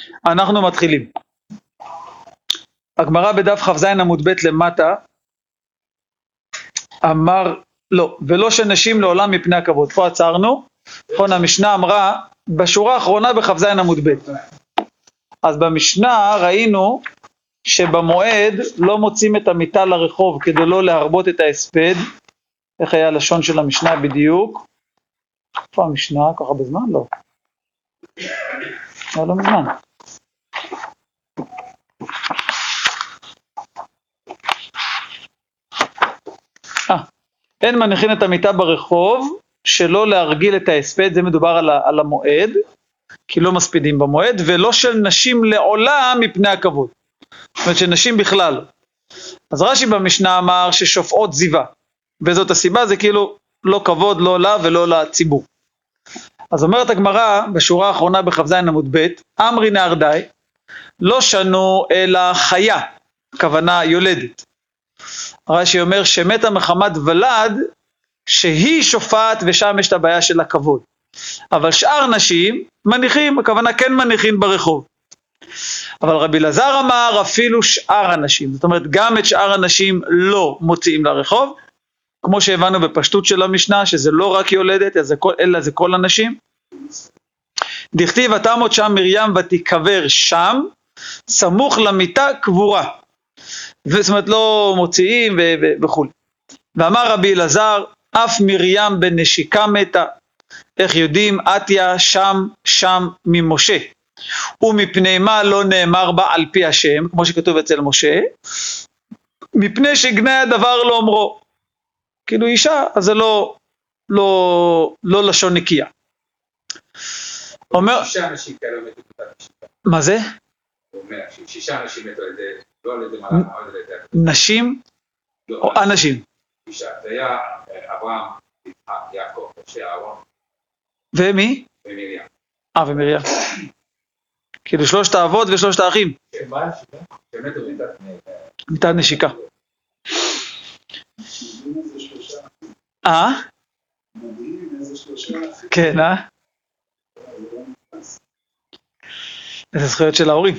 אנחנו מתחילים. הגמרא בדף כ"ז עמוד ב' למטה, אמר, לא, ולא שנשים לעולם מפני הכבוד. פה עצרנו, נכון, המשנה אמרה, בשורה האחרונה בכ"ז עמוד ב'. אז במשנה ראינו שבמועד לא מוצאים את המיטה לרחוב כדי לא להרבות את ההספד. איך היה הלשון של המשנה בדיוק? איפה המשנה? ככה בזמן? לא. לא מזמן. אין מניחים את המיטה ברחוב שלא להרגיל את ההספד, זה מדובר על המועד, כי לא מספידים במועד, ולא של נשים לעולם מפני הכבוד. זאת אומרת שנשים בכלל. אז רש"י במשנה אמר ששופעות זיווה, וזאת הסיבה, זה כאילו לא כבוד, לא לה ולא לציבור. אז אומרת הגמרא בשורה האחרונה בכ"ז עמוד ב', אמרי נהרדאי, לא שנו אלא חיה, הכוונה יולדת. רש"י אומר שמתה מחמת ולד, שהיא שופעת ושם יש את הבעיה של הכבוד. אבל שאר נשים מניחים, הכוונה כן מניחים ברחוב. אבל רבי אלעזר אמר אפילו שאר הנשים, זאת אומרת גם את שאר הנשים לא מוציאים לרחוב, כמו שהבנו בפשטות של המשנה, שזה לא רק יולדת, אלא זה כל הנשים. דכתיב ותמות שם מרים ותיקבר שם, סמוך למיטה קבורה. זאת אומרת לא מוציאים וכו'. ואמר רבי אלעזר, אף מרים בנשיקה מתה. איך יודעים? עתיה שם ממשה. ומפני מה לא נאמר בה על פי השם, כמו שכתוב אצל משה, מפני שגני הדבר לא אומרו. כאילו אישה, אז זה לא לשון נקייה. אומר... 6 אנשים כאלה מתו בתת נשיקה. מה זה? הוא אומר, 6 אנשים מתו על ידי, לא על ידי מלאך, על ידי... נשים? או אנשים? 6. זה היה אברהם, יעקב, משה, אהרון. ומי? ומרים. ומרים. כאילו 3 האבות ו3 האחים. שמתו מתת נשיקה. כן, איזה זכויות של ההורים.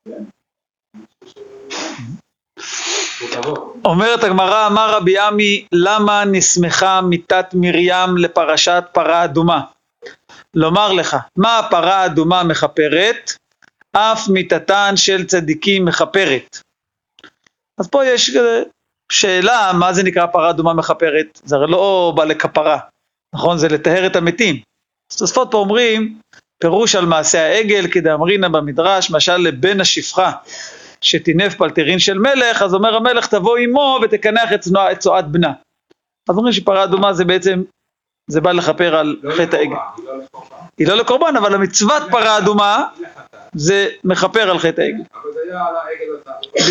אומרת הגמרא, אמר רבי עמי, למה נסמכה מיתת מרים לפרשת פרה אדומה? לומר לך, מה הפרה האדומה מכפרת? אף מיתתן של צדיקים מכפרת. אז פה יש שאלה, מה זה נקרא פרה אדומה מכפרת? זה הרי לא בא לכפרה, נכון? זה לטהר את המתים. אז תוספות פה אומרים, פירוש על מעשה העגל, כדאמרינן במדרש, משל לבן השפחה, שתינף פלטרין של מלך, אז אומר המלך תבוא עמו ותקנח את צואת בנה. אז אומרים שפרה אדומה זה בעצם, זה בא לכפר על חטא העגל. היא לא לקורבן, אבל המצוות פרה אדומה, זה מכפר על חטא העגל. אבל זה היה על העגל אותה.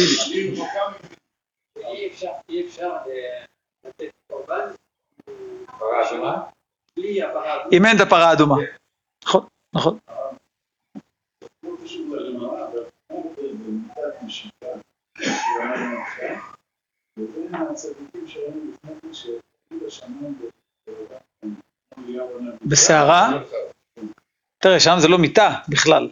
אי אפשר לתת קורבן? פרה אדומה? בלי הפרה אדומה. אם אין את הפרה אדומה. נכון, נכון. בסערה? תראה, שם זה לא מיטה בכלל.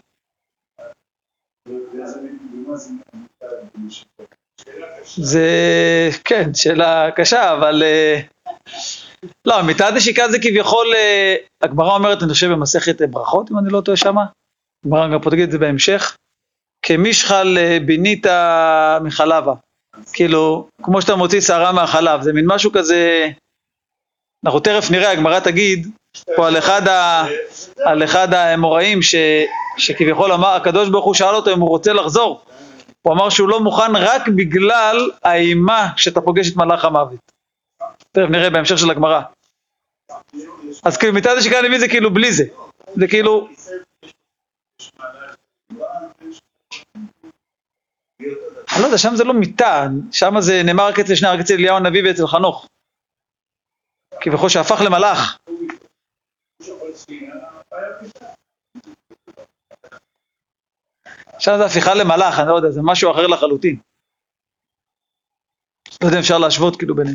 זה, כן, שאלה קשה, אבל לא, מיטת נשיקה זה כביכול, הגמרא אומרת, אני חושב במסכת ברכות, אם אני לא טועה שמה, הגמרא גם פה תגיד את זה בהמשך, כמשחל בינית מחלבה, כאילו, כמו שאתה מוציא שערה מהחלב, זה מין משהו כזה, אנחנו תרף נראה, הגמרא תגיד, פה על אחד האמוראים, שכביכול אמר, הקדוש ברוך הוא שאל אותו אם הוא רוצה לחזור, הוא אמר שהוא לא מוכן רק בגלל האימה שאתה פוגש את מלאך המוות. תכף נראה בהמשך של הגמרא. אז כאילו מיטת נשיקה אני מבין זה כאילו בלי זה. זה כאילו... אני לא יודע, שם זה לא מיטה, שם זה נאמר רק אצל שני, רק אצל אליהו הנביא ואצל חנוך. כביכול שהפך למלאך. שם זה הפיכה למלאך, אני לא יודע, זה משהו אחר לחלוטין. לא יודע אם אפשר להשוות כאילו ביניהם.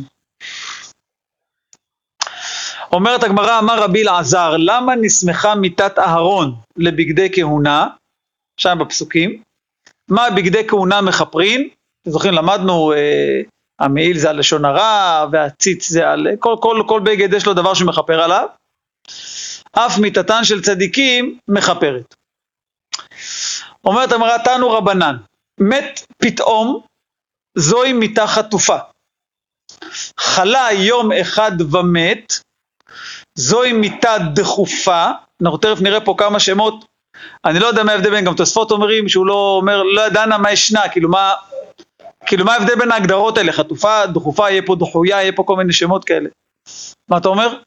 אומרת הגמרא, אמר רבי אלעזר, למה נסמכה מיתת אהרון לבגדי כהונה? שם בפסוקים. מה בגדי כהונה מחפרין? אתם זוכרים, למדנו, המעיל זה על לשון הרע, והציץ זה על, כל בגד יש לו דבר שמחפר עליו. אף מיתתן של צדיקים מחפרת. אומרת אמרה, תנו רבנן, מת פתאום, זוהי מיתה חטופה. חלה יום אחד ומת, זוהי מיתה דחופה. אנחנו תכף נראה פה כמה שמות, אני לא יודע מה ההבדל בין, גם תוספות אומרים שהוא לא אומר, לא ידענה מה ישנה, כאילו מה ההבדל בין ההגדרות האלה, חטופה, דחופה, יהיה פה דחויה, יהיה פה כל מיני שמות כאלה. מה אתה אומר?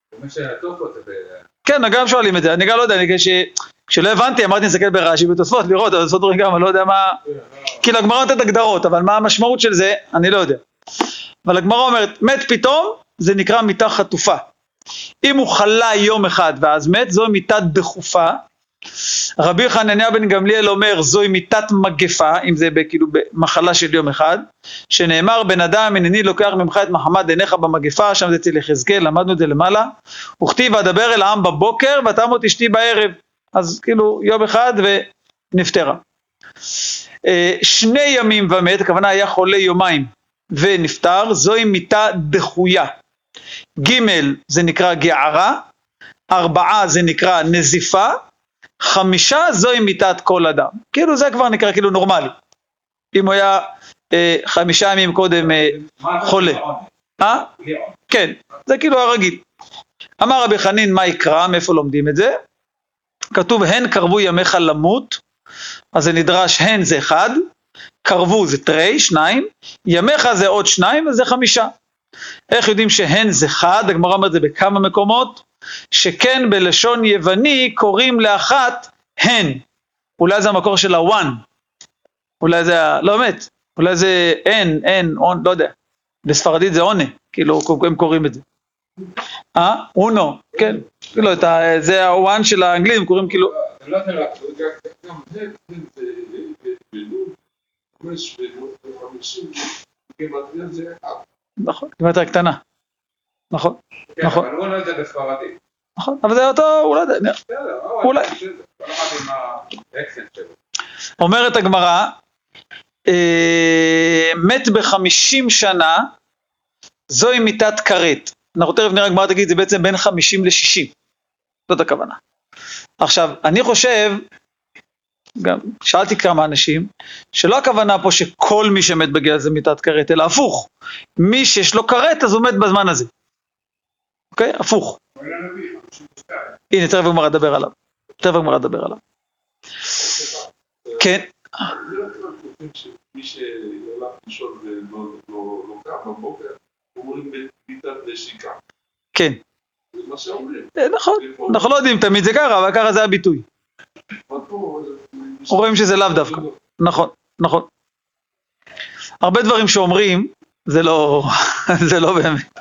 כן, גם שואלים את זה, אני גם לא יודע, כשלא הבנתי, אמרתי נסתכל ברש"י בתוספות, לראות, התוספות רואים גם, אני לא יודע מה, כאילו הגמרא נותנת הגדרות, אבל מה המשמעות של זה, אני לא יודע. אבל הגמרא אומרת, מת פתאום, זה נקרא מיתה חטופה. אם הוא חלה יום אחד ואז מת, זוהי מיתה דחופה. רבי חנניה בן גמליאל אומר, זוהי מיתת מגפה, אם זה כאילו במחלה של יום אחד, שנאמר, בן אדם הנני לוקח ממך את מחמת עיניך במגפה, שם זה אצל יחזקאל, למדנו את זה למעלה, וכתיב אדבר אל העם בבוקר ותמות אשתי בערב, אז כאילו יום אחד ונפטרה. 2 ימים ומת, הכוונה היה חולה יומיים ונפטר, זוהי מיתה דחויה. ג' זה נקרא גערה, 4 זה נקרא נזיפה, 5 זוהי מיתת כל אדם. כאילו זה כבר נקרא כאילו נורמלי. אם הוא היה 5 ימים קודם חולה. כן, זה כאילו הרגיל. אמר רבי חנין, מה יקרא? מאיפה לומדים את זה? כתוב, הן קרבו ימיך למות, אז זה נדרש, הן זה 1, קרבו זה 2, ימיך זה עוד 2, אז זה 5. איך יודעים שהן זה 1? הגמרא אומרת זה בכמה מקומות, שכן בלשון יווני קוראים לאחת הן. אולי זה המקור של הוואן, אולי זה, לא באמת, אולי זה אין, לא יודע. בספרדית זה עונה, כאילו הם קוראים את זה. אונו, כן, כאילו זה הוואן של האנגלים, קוראים כאילו. נכון, כמעט קטנה. נכון, נכון. אבל הוא לא יודע בספרדית. נכון, אבל זה אותו, אולי. אומרת הגמרא, מת ב50 שנה, זוהי מיתת כרת. אנחנו תכף נראה, הגמרא תגיד, זה בעצם בין 50 ל-60. זאת הכוונה. עכשיו, אני חושב, גם שאלתי כמה אנשים, שלא הכוונה פה שכל מי שמת בגיל זה מיתת כרת, אלא הפוך. מי שיש לו כרת, אז הוא מת בזמן הזה. אוקיי? הפוך. הנה, תכף הגמרא לדבר עליו. כן. מי שהלך לישון ולא קם בבוקר, אומרים במיתת נשיקה. כן. זה מה שאומרים. נכון, אנחנו לא יודעים תמיד זה ככה, אבל ככה זה הביטוי. רואים שזה לאו דווקא. נכון. הרבה דברים שאומרים, זה לא באמת.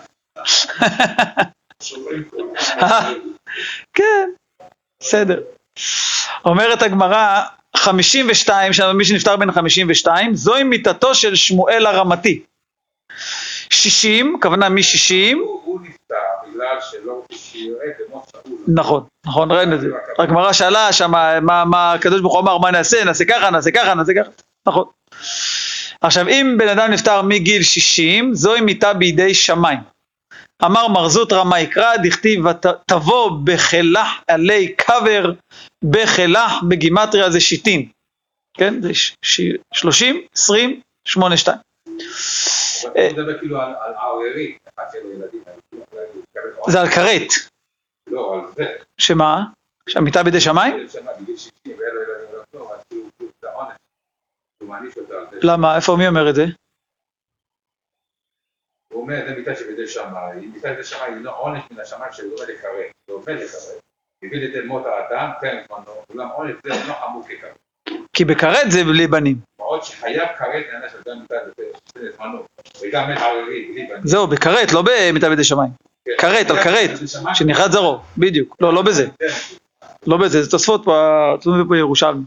כן, בסדר. אומרת הגמרא, 52, מי שנפטר בין 52, זוהי מיתתו של שמואל הרמתי. 60, כוונה מ-60. הוא נפטר בגלל שלא שירת במות שאול. נכון, ראינו את זה. הגמרא שאלה שם, מה הקדוש ברוך הוא אמר, מה נעשה ככה. נכון. עכשיו, אם בן אדם נפטר מגיל 60, זוהי מיתה בידי שמיים. אמר מרזות רמה יקרא, דכתיב תבוא בחילח עלי קבר, בחילח בגימטריה זה שיטין. כן? זה 30, 20, 8, 2. אתה מדבר כאילו על עוררי, זה על כרת. לא, על זה. שמה? שהמיטה בידי שמיים? בגיל 60, ואלו ילדים לא טוב, אז הוא זה עונש. הוא מעניש אותו על זה. למה? איפה מי אומר את זה? הוא אומר, זה מיטה שבידי שמיים, מיטה בידי שמיים היא לא עונש מן השמיים שדומה לכרת, זה עובד לכרת. הביא לידי מות האדם, כן, אולם עונש זה לא חמור ככרת. כי בכרת זה בלי בנים. מאוד שחייב כרת נענש על גם מיטה בידי זמנו, וגם מת עוררי, בלי בנים. זהו, בכרת, לא במיטה בידי שמיים. כרת, על כרת, שנחת זרעו, בדיוק. לא בזה. לא בזה, זה תוספות פה ירושלמי.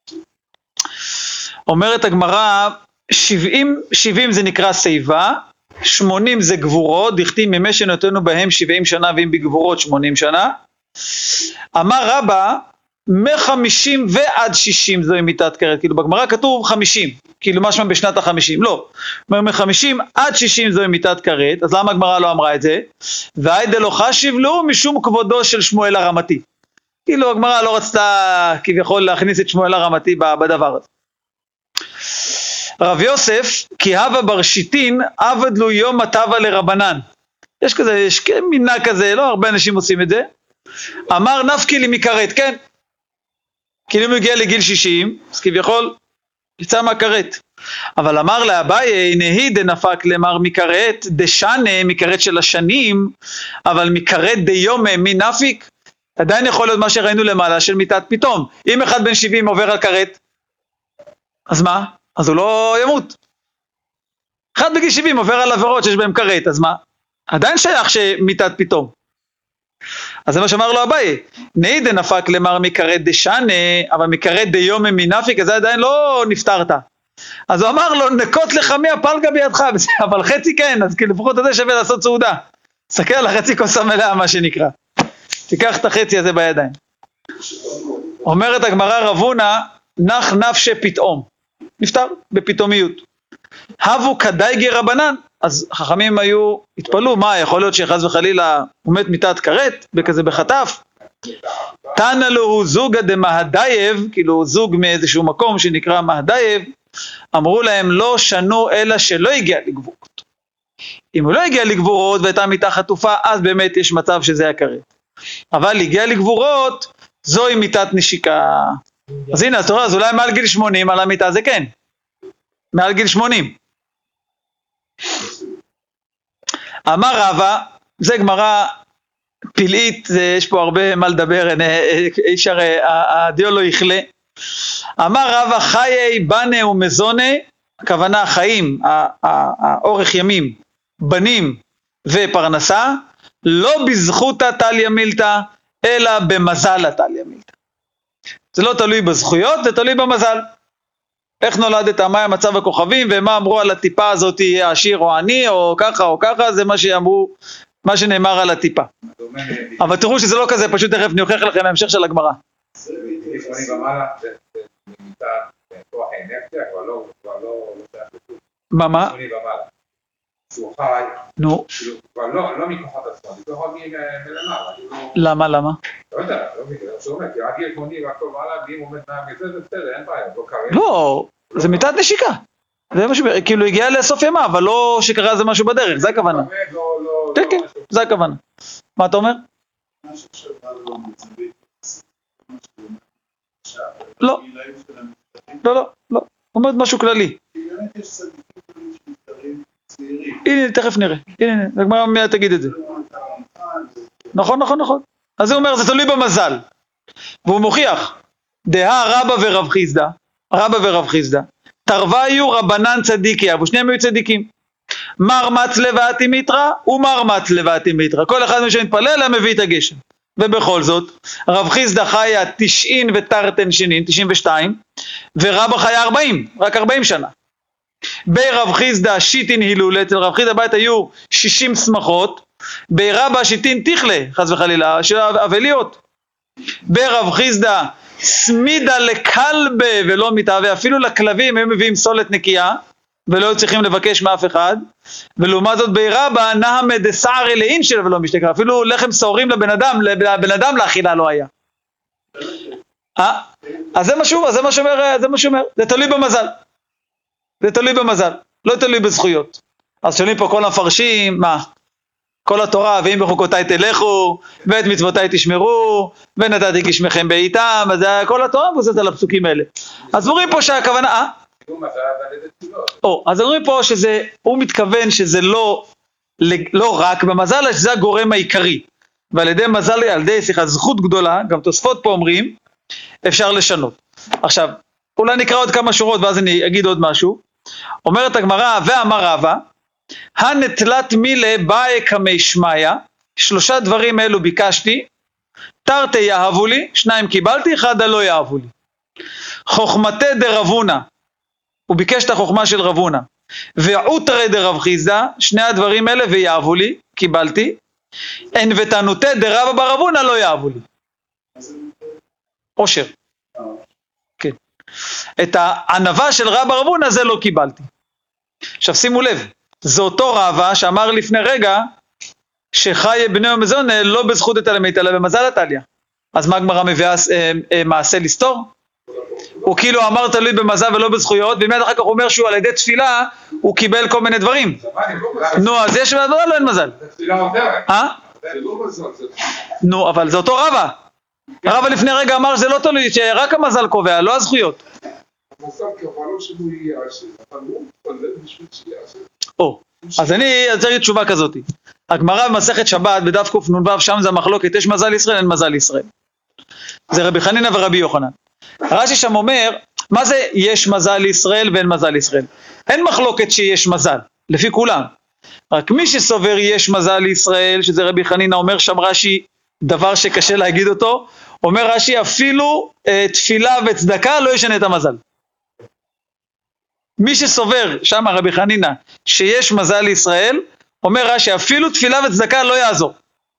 אומרת הגמרא, 70 זה נקרא שיבה, 80 זה גבורות, דכתיב ימי שנותנו בהם 70 שנה ואם בגבורות 80 שנה. אמר רבא, מ-50 ועד 60 זוהי מיתת כרת, כאילו בגמרא כתוב 50, כאילו משמע בשנת ה-50, לא, מ-50 עד 60 זוהי מיתת כרת, אז למה הגמרא לא אמרה את זה? והיידה לא חשיב לו משום כבודו של שמואל הרמתי, כאילו הגמרא לא רצתה כביכול להכניס את שמואל הרמתי בדבר הזה. רב יוסף, כי הווה ברשיתין עבד לו יום הטבה לרבנן, יש כזה, יש מינה כזה, לא הרבה אנשים עושים את זה, אמר נפקי לי מכרת, כן, כאילו אם הוא הגיע לגיל 60, אז כביכול יצא מהכרת. אבל אמר לאביי, נהי דנפק למר מכרת, דשנה, מכרת של השנים, אבל מכרת דיומה, מי נפיק? עדיין יכול להיות מה שראינו למעלה של מיתת פתאום. אם אחד בן 70 עובר על כרת, אז מה? אז הוא לא ימות. אחד בגיל 70 עובר על עבירות שיש בהם כרת, אז מה? עדיין שייך שמיתת פתאום. אז זה מה שאמר לו אביי, נהי דנפק למר מכרת דשנה, אבל מכרת דיומה מי נפיק, אז זה עדיין לא נפטרת. אז הוא אמר לו, נקות לך מהפלגה בידך, אבל חצי כן, אז כאילו לפחות הזה שווה לעשות סעודה. תסתכל על החצי כוס המלאה, מה שנקרא. תיקח את החצי הזה בידיים. אומרת הגמרא רב הונא, נח נפשי פתאום. נפטר בפתאומיות. הבו כדאיגי רבנן, אז חכמים היו, התפלו, מה, יכול להיות שחס וחלילה הוא מת מיתת כרת, בכזה בחטף? תנא לו הוא זוגא דמהדייב, כאילו זוג מאיזשהו מקום שנקרא מהדייב, אמרו להם לא שנו אלא שלא הגיע לגבורות. אם הוא לא הגיע לגבורות והייתה מיתה חטופה, אז באמת יש מצב שזה הכרת. אבל הגיע לגבורות, זוהי מיתת נשיקה. אז הנה, אז תראה, אז אולי מעל גיל 80 על המיתה זה כן. מעל גיל 80. אמר רבא, זה גמרא פלאית, יש פה הרבה מה לדבר, אפשר, הדיו לא יכלה. אמר רבא חיי בנה ומזונה, הכוונה החיים, האורך ימים, בנים ופרנסה, לא בזכותא תליא מילתא, אלא במזל תליא מילתא. זה לא תלוי בזכויות, זה תלוי במזל. איך נולדת, מה היה מצב הכוכבים, ומה אמרו על הטיפה הזאת, יהיה עשיר או עני, או ככה, זה מה שאמרו, מה שנאמר על הטיפה. אבל תראו שזה לא כזה, פשוט תכף נוכח לכם ההמשך של הגמרא. זה ומעלה, זה מיטה כוח האנרציה, אבל לא שייך לכלום. מה? שהוא חי, נו. כבר לא מכוחות עצמו, מכוחות מלמעלה. למה? לא יודע, לא מכיר, שהוא אומר, כי רק ירקוני והכל מעלה, ואם הוא עומד מהגזר, זה בסדר, אין בעיה, לא קרה. לא, זה מיתת נשיקה. זה משהו, כאילו הגיע לסוף ימה, אבל לא שקרה איזה משהו בדרך, זה הכוונה. כן, זה הכוונה. מה אתה אומר? לא. לא. אומר משהו כללי. הנה, תכף נראה. הנה, הגמרא מיד תגיד את זה. נכון. אז הוא אומר, זה תלוי במזל. והוא מוכיח, דהה רבא ורב חיסדא, תרוויו רבנן צדיקי, ושניהם היו צדיקים. מר מצלה ואתי מיתרא, ומר מצלה ואתי מיתרא. כל אחד מי שמתפלל, הם מביא את הגשם. ובכל זאת, רב חיסדא חיה 90 ותרתן שנים, 92, ורבא חיה 40, רק 40 שנה. ברב חיסדא שיטין הילולה, אצל רב חיסדא בית היו 60 שמחות, ברבא שיטין תכלה, חס וחלילה, אבליות. ברב חיסדא סמידה לכלבה ולא מתאווה, אפילו לכלבים הם מביאים סולת נקייה, ולא צריכים לבקש מאף אחד, ולעומת זאת ברבא נהמה דסערי לאינשל ולא משתכר, אפילו לחם סעורים לבן אדם לאכילה לא היה. אז זה מה שאומר, זה תלוי במזל. זה תלוי במזל, לא תלוי בזכויות. אז שואלים פה כל המפרשים, מה? כל התורה, ואם בחוקותיי תלכו, ואת מצוותיי תשמרו, ונתתי גשמכם בעיתם, אז כל התורה מבוססת על הפסוקים האלה. אז אומרים פה שהכוונה, אז אומרים פה שהוא מתכוון שזה לא רק במזל, אלא שזה הגורם העיקרי. ועל ידי מזל, על ידי זכות גדולה, גם תוספות פה אומרים, אפשר לשנות. עכשיו, אולי נקרא עוד כמה שורות, ואז אני אגיד עוד משהו. אומרת הגמרא, ואמר רבא, הנטלת מילה באי קמי שמיה, 3 דברים אלו ביקשתי, תרתי יאהבו לי, 2 קיבלתי, 1 לא יאהבו לי. חוכמתי דרב הונא, הוא ביקש את החוכמה של רב הונא, ועוטרי דרב חיסדא, 2 הדברים האלה ויאהבו לי, קיבלתי, אין ותנותי דרבא ברב הונא לא יאהבו לי. עושר. כן. את הענווה של רבא רבונה זה לא קיבלתי. עכשיו שימו לב, זה אותו רבא שאמר לפני רגע, שחי בני ומזון לא בזכות את הלמית, אלא במזל התליה. אז מה הגמרא מביאה מעשה לסתור? הוא כאילו אמר תלוי במזל ולא בזכויות, ומיד אחר כך הוא אומר שהוא על ידי תפילה, הוא קיבל כל מיני דברים. נו, אז יש מזל או אין מזל? זה תפילה עוזרת. זה לא מזל, זה... נו, אבל זה אותו רבא. הרבא לפני רגע אמר שזה לא תלוי, שרק המזל קובע, לא הזכויות. המזל כוונו שהוא יהיה עשיר, אבל הוא מתפלל בשביל שיהיה עשיר. אז אני רוצה להגיד תשובה כזאת. הגמרא במסכת שבת בדף קנ"ו, שם זה המחלוקת, יש מזל ישראל, אין מזל ישראל. זה רבי חנינא ורבי יוחנן. רש"י שם אומר, מה זה יש מזל לישראל ואין מזל לישראל? אין מחלוקת שיש מזל, לפי כולם. רק מי שסובר יש מזל לישראל, שזה רבי חנינא, אומר שם רש"י, דבר שקשה להגיד אותו, אומר רש"י אפילו תפילה וצדקה לא ישנה את המזל. מי שסובר, שם רבי חנינא, שיש מזל לישראל, אומר רש"י אפילו תפילה וצדקה לא יעזור.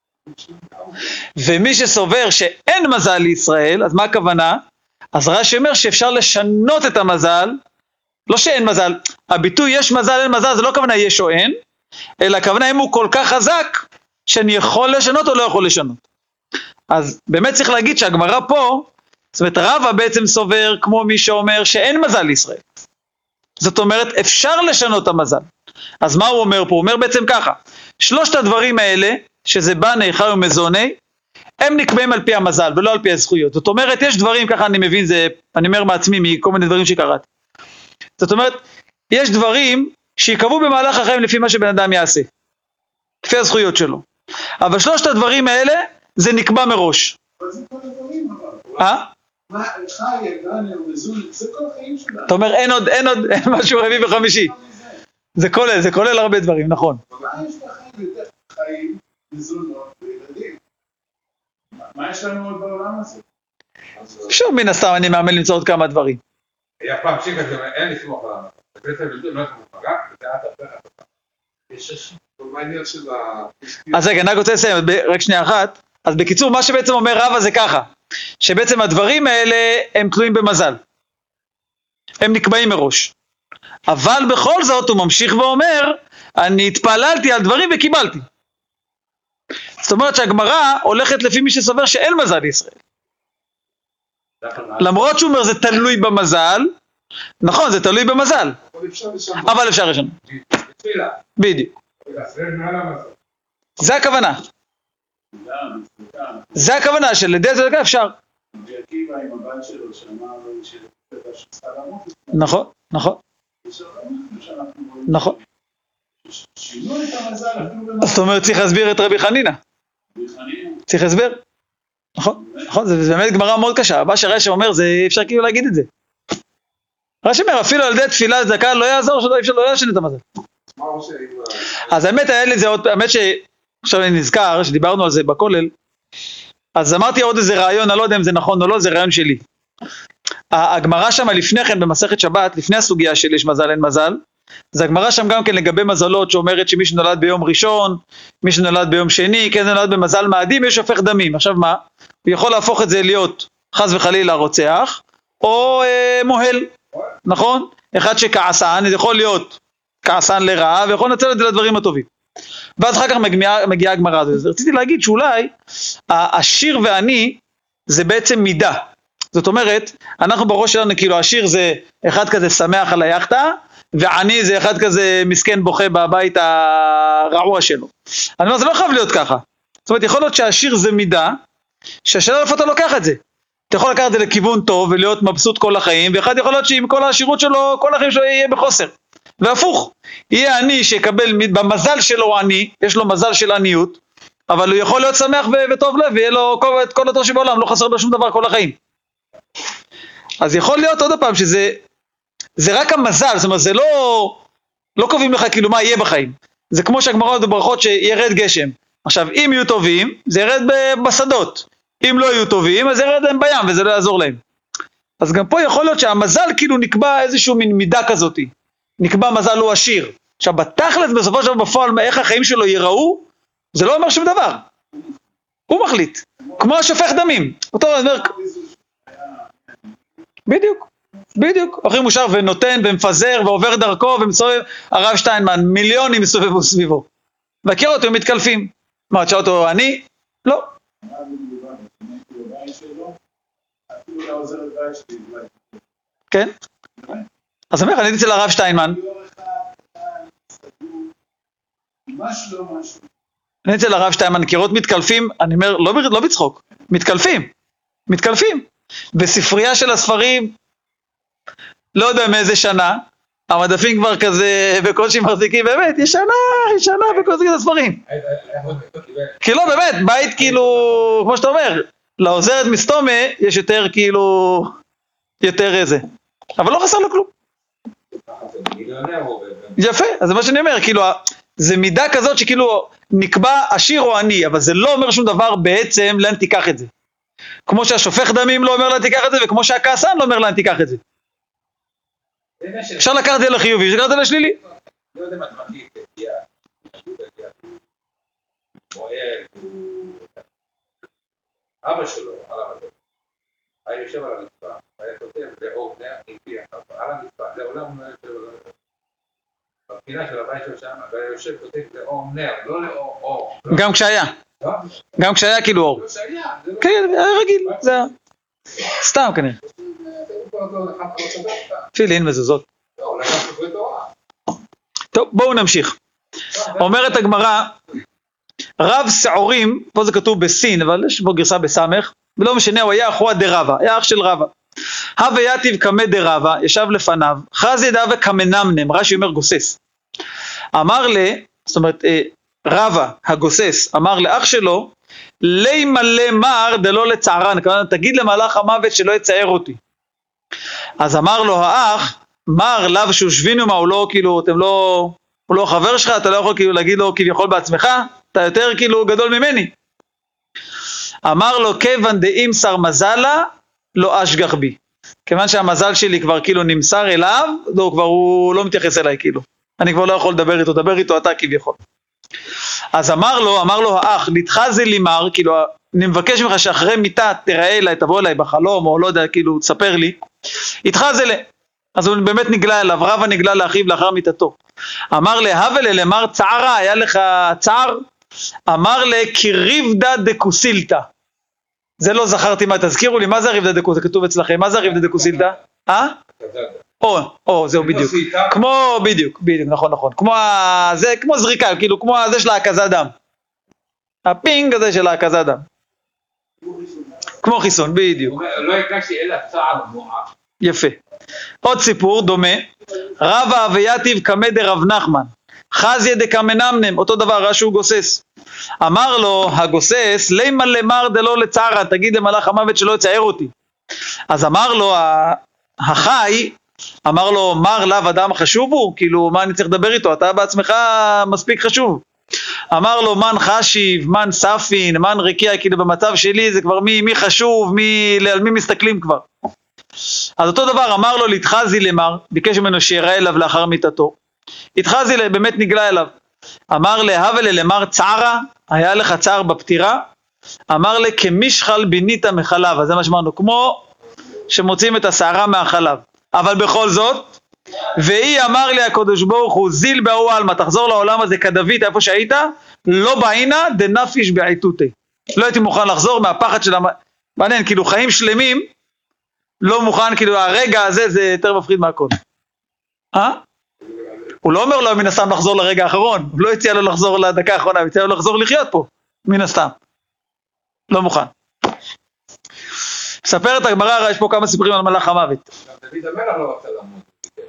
ומי שסובר שאין מזל לישראל, אז מה הכוונה? אז רש"י אומר שאפשר לשנות את המזל, לא שאין מזל, הביטוי יש מזל אין מזל זה לא כוונה יש או אין, אלא הכוונה אם הוא כל כך חזק שאני יכול לשנות או לא יכול לשנות. אז באמת צריך להגיד שהגמרא פה, זאת אומרת רבא בעצם סובר כמו מי שאומר שאין מזל לישראל. זאת אומרת אפשר לשנות את המזל. אז מה הוא אומר פה? הוא אומר בעצם ככה, שלושת הדברים האלה, שזה בני, חי ומזוני, הם נקבעים על פי המזל ולא על פי הזכויות. זאת אומרת, יש דברים, ככה אני מבין, אני אומר מעצמי מכל מיני דברים שקראתי. זאת אומרת, יש דברים שיקבעו במהלך החיים לפי מה שבן אדם יעשה, לפי הזכויות שלו. אבל שלושת הדברים האלה, זה נקבע מראש. אבל זה כל הדברים אבל. מה, חי, בני ומזוני, זה כל החיים שלנו. אתה אומר, אין עוד משהו רביעי וחמישי. זה כולל הרבה דברים, נכון. מה יש לכם יותר חיים, מזונות וילדים? מה יש לנו עוד בעולם הזה? שוב מן הסתם אני מאמן למצוא עוד כמה דברים. היה פעם שיקה אין לסמוך על המטה. זה בעצם לא לסמוך מגע, וזה היה תפך. יש מעניין של ה... אז רגע, אני רוצה לסיים, רק שנייה אחת. אז בקיצור, מה שבעצם אומר רבא זה ככה, שבעצם הדברים האלה הם תלויים במזל. הם נקבעים מראש. אבל בכל זאת הוא ממשיך ואומר, אני התפללתי על דברים וקיבלתי. זאת אומרת שהגמרא הולכת לפי מי שסובר שאין מזל לישראל. למרות שהוא אומר זה תלוי במזל, נכון זה תלוי במזל, אבל אפשר לשנות. בדיוק. זה הכוונה. זה הכוונה של ידי זה אפשר. ועקיבא עם הבת שלו שאמר שצריכה למות. נכון, נכון. נכון. שינו את המזל אפילו במזל. זאת אומרת צריך להסביר את רבי חנינא. צריך להסביר. נכון, נכון, זה באמת גמרא מאוד קשה. מה שרש"י אומר זה אפשר כאילו להגיד את זה. רש"י אומר אפילו על ידי תפילה צדקה לא יעזור שלא אפשר לא לשנות את המזל. אז האמת היה לי זה עוד, האמת שעכשיו אני נזכר שדיברנו על זה בכולל, אז אמרתי עוד איזה רעיון, אני לא יודע אם זה נכון או לא, זה רעיון שלי. הגמרא שם לפני כן במסכת שבת, לפני הסוגיה של יש מזל אין מזל, זה הגמרא שם גם כן לגבי מזלות שאומרת שמי שנולד ביום ראשון, מי שנולד ביום שני, כן נולד במזל מאדים, יש הופך דמים. עכשיו מה? הוא יכול להפוך את זה להיות חס וחלילה רוצח, או מוהל, נכון? אחד שכעסן, זה יכול להיות כעסן לרעה, ויכול לנצל את זה לדברים הטובים. ואז אחר כך מגיעה הגמרא הזאת. רציתי להגיד שאולי העשיר ועני זה בעצם מידה. זאת אומרת, אנחנו בראש שלנו כאילו העשיר זה אחד כזה שמח על היחטה, ועני זה אחד כזה מסכן בוכה בבית הרעוע שלו. אני אומר, זה לא חייב להיות ככה. זאת אומרת, יכול להיות שהעשיר זה מידה, שהשאלה איפה אתה לוקח את זה. אתה יכול לקחת את זה לכיוון טוב ולהיות מבסוט כל החיים, ואחד יכול להיות שעם כל העשירות שלו, כל החיים שלו יהיה בחוסר. והפוך, יהיה עני שיקבל, במזל שלו עני, יש לו מזל של עניות, אבל הוא יכול להיות שמח וטוב לב, ויהיה לו כל התור שבעולם, לא חסר לו שום דבר כל החיים. אז יכול להיות עוד פעם שזה רק המזל, זאת אומרת, זה לא קובעים לך כאילו מה יהיה בחיים. זה כמו שהגמרא בברכות שירד גשם. עכשיו, אם יהיו טובים, זה ירד בשדות. אם לא יהיו טובים, אז זה ירד להם בים, וזה לא יעזור להם. אז גם פה יכול להיות שהמזל כאילו נקבע איזשהו מין מידה כזאת. נקבע מזל הוא עשיר. עכשיו, בתכלס, בסופו של דבר בפועל, איך החיים שלו ייראו, זה לא אומר שום דבר. הוא מחליט. כמו השופך דמים. אותו אומר... בדיוק, אוכלים מושר ונותן ומפזר ועובר דרכו ומסובב, הרב שטיינמן, מיליונים מסובבו סביבו. והכיר אותו, הם מתקלפים. מה, תשאל אותו, אני? לא. כן? אז אני אומר, אני הייתי אצל הרב שטיינמן. אני אצל הרב שטיינמן, קירות מתקלפים, אני אומר, לא בצחוק, מתקלפים. בספרייה של הספרים, לא יודע מאיזה שנה, המדפים כבר כזה בקושי מחזיקים, באמת, ישנה בקושי הספרים. כי לא, באמת, בית כאילו, כמו שאתה אומר, לעוזרת מסתומה, יש יותר כאילו, יותר איזה. אבל לא חסר לו כלום. יפה, אז זה מה שאני אומר, כאילו, זה מידה כזאת שכאילו נקבע עשיר או עני, אבל זה לא אומר שום דבר בעצם לאן תיקח את זה. כמו שהשופך דמים לא אומר לאן תיקח את זה, וכמו שהכעסן לא אומר לאן תיקח את זה. אפשר לקחת את זה לחיובי, אפשר לקחת את זה לשלילי. לא יודע מה תמכי, אבא שלו, על המדע, היה יושב על המצפה, היה כותב, זה אור נר, נקפיא, על המצפה, זה עולם נר של עולם. בפינה של הבית שלו שם, והיה יושב כותב, זה אור נר, לא לאור אור. גם כשהיה כאילו אור. כן, היה רגיל, זה היה. סתם כנראה. תפילין מזוזות. טוב, בואו נמשיך. אומרת הגמרא, רב שעורים, פה זה כתוב בסין, אבל יש בו גרסה בסמך, ולא משנה, הוא היה אחו דרבה, היה אח של רבה. הווה יתיב קמא דרבה, ישב לפניו, חזי דהווה קמנמנם, רש"י אומר גוסס. אמר זאת אומרת, רבה, הגוסס, אמר לאח שלו, לי מלא מר דלא לצערן, תגיד למלאך המוות שלא יצער אותי. אז אמר לו האח, מר לאו שהושבינו מה, הוא לא כאילו, הוא לא חבר שלך, אתה לא יכול כאילו להגיד לו כביכול בעצמך, אתה יותר כאילו גדול ממני. אמר לו, כיוון דאם שר מזלה, לא אשגח בי. כיוון שהמזל שלי כבר כאילו נמסר אליו, כבר הוא לא מתייחס אליי כאילו. אני כבר לא יכול לדבר איתו, דבר איתו אתה כביכול. אז אמר לו האח, נתחזי לי מר, כאילו, אני מבקש ממך שאחרי מיטה תראה אליי, תבוא אליי בחלום, או לא יודע, כאילו, תספר לי, התחזי לי. אז הוא באמת נגלה אליו, רבא נגלה לאחיו לאחר מיטתו. אמר להבל למר צערה, היה לך צער? אמר כי ריבדה דקוסילתא. זה לא זכרתי מה, תזכירו לי, מה זה ריבדה דקוסילתא? זה כתוב אצלכם, מה זה ריבדה דקוסילתא? זהו בדיוק. כמו, בדיוק, נכון. כמו זריקה, כאילו, כמו זה של ההקזת דם. הפינג הזה של ההקזת דם. כמו חיסון, בדיוק. לא הקשתי אלא צער מואר. יפה. עוד סיפור דומה, רבא ויתיב קמא דרב נחמן, חזיה דקמנמנם, אותו דבר, רש"י הוא גוסס. אמר לו הגוסס, לימה למר דלא לצערה, תגיד למלאך המוות שלא יצער אותי. אז אמר לו החי, אמר לו, מר לאו אדם חשוב הוא? כאילו, מה אני צריך לדבר איתו? אתה בעצמך מספיק חשוב. אמר לו, מן חשיב, מן ספין, מן רקיע, כאילו במצב שלי זה כבר מי חשוב, על מי מסתכלים כבר. אז אותו דבר אמר לו להתחזי למר, ביקש ממנו שיראה אליו לאחר מיטתו. התחזי באמת נגלה אליו. אמר להבל למר צערה, היה לך צער בפטירה? אמר לה כמשחל ביניתה מחלב, אז זה מה שאמרנו, כמו שמוצאים את השערה מהחלב. אבל בכל זאת, והיא אמר לי הקדוש ברוך הוא, זיל באו אלמה, תחזור לעולם הזה כדוד איפה שהיית, לא בעינה דנפיש בעיתותי. לא הייתי מוכן לחזור מהפחד של מעניין, כאילו חיים שלמים, לא מוכן, כאילו הרגע הזה זה יותר מפחיד מהכל. הוא לא אומר לו מן הסתם לחזור לרגע האחרון, הוא לא הציע לו לחזור לדקה האחרונה, הוא הציע לו לחזור לחיות פה, מן הסתם. לא מוכן. ספר את הגמרא, יש פה כמה סיפורים על מלאך המוות. דוד המלך לא רצה למות.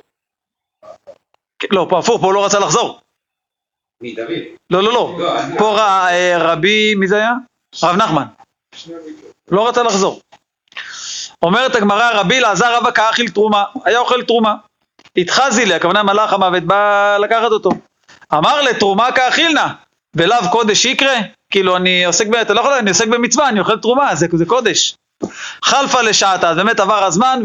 לא, פה הפוך, פה הוא לא רצה לחזור. מי, דוד? לא. פה רבי, מי זה היה? רב נחמן. לא רצה לחזור. אומרת הגמרא, רבי אלעזר רבא כאכיל תרומה, היה אוכל תרומה. התחזי לי, הכוונה מלאך המוות בא לקחת אותו. אמר לתרומה כאכילנה, ולאו קודש יקרה, כאילו אני עוסק, אתה לא יכול, אני עוסק במצווה, אני אוכל תרומה, זה קודש. חלפה לשעתה, אז באמת עבר הזמן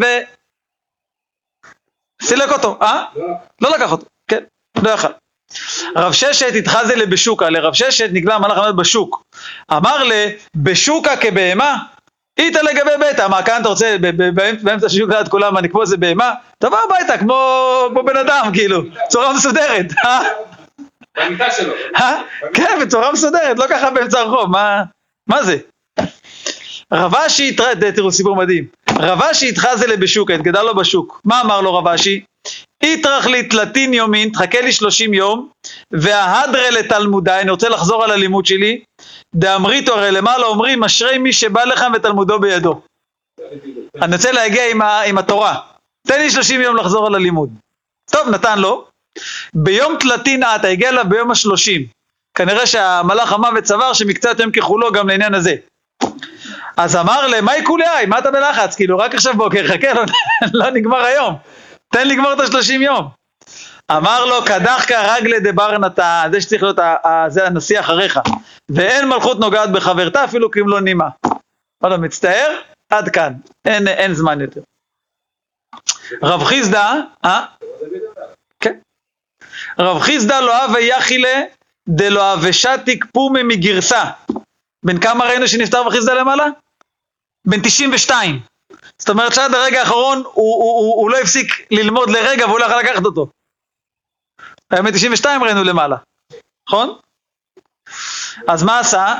סילק אותו, לא לקח אותו, כן, לא יכל. רב ששת התחזי לבשוקה, לרב ששת נגלה מלאך המוות בשוק. אמר בשוקה כבהמה, איתה לגבי ביתה, מה כאן אתה רוצה באמצע שיוק ליד כולם, אני כמו איזה בהמה, תבוא הביתה כמו בן אדם, כאילו, צורה מסודרת, במיטה שלו. כן, בצורה מסודרת, לא ככה באמצע הרחוב, מה זה? רבשי, תראו סיפור מדהים, רבשי התחזה לבשוק, התגדל לו בשוק, מה אמר לו רבשי? יתרח לי תלתין יומין, תחכה לי 30 יום, וההדרה לתלמודי, אני רוצה לחזור על הלימוד שלי, דאמריתו, הרי למעלה אומרים, אשרי מי שבא לך ותלמודו בידו. אני רוצה להגיע עם התורה, תן לי 30 יום לחזור על הלימוד. טוב, נתן לו, ביום תלתין אתה, הגיע לה ביום ה-30, כנראה שהמלאך המוות סבר שמקצת יום כחולו גם לעניין הזה. אז אמר לי, מה יקולי, מה אתה בלחץ? כאילו, רק עכשיו בוקר, חכה, לא נגמר היום. תן לגמור את 30 יום. אמר לו, קדחקה רגלי דבר נתה, זה שצריך להיות, זה הנשיא אחריך. ואין מלכות נוגעת בחברתה, אפילו כי אם לא נימה. אבל מצטער, עד כאן. אין זמן יותר. רב חיסדא, כן. רב חיסדא לא אהבה יחילה, דלא אהבשה תקפומה מגרסה. בין כמה ראינו שנפטר רב חיסדא למעלה? בין 92. זאת אומרת שעד הרגע האחרון הוא לא הפסיק ללמוד לרגע והוא לא יכול לקחת אותו. היום 92 ראינו למעלה, נכון? אז מה עשה?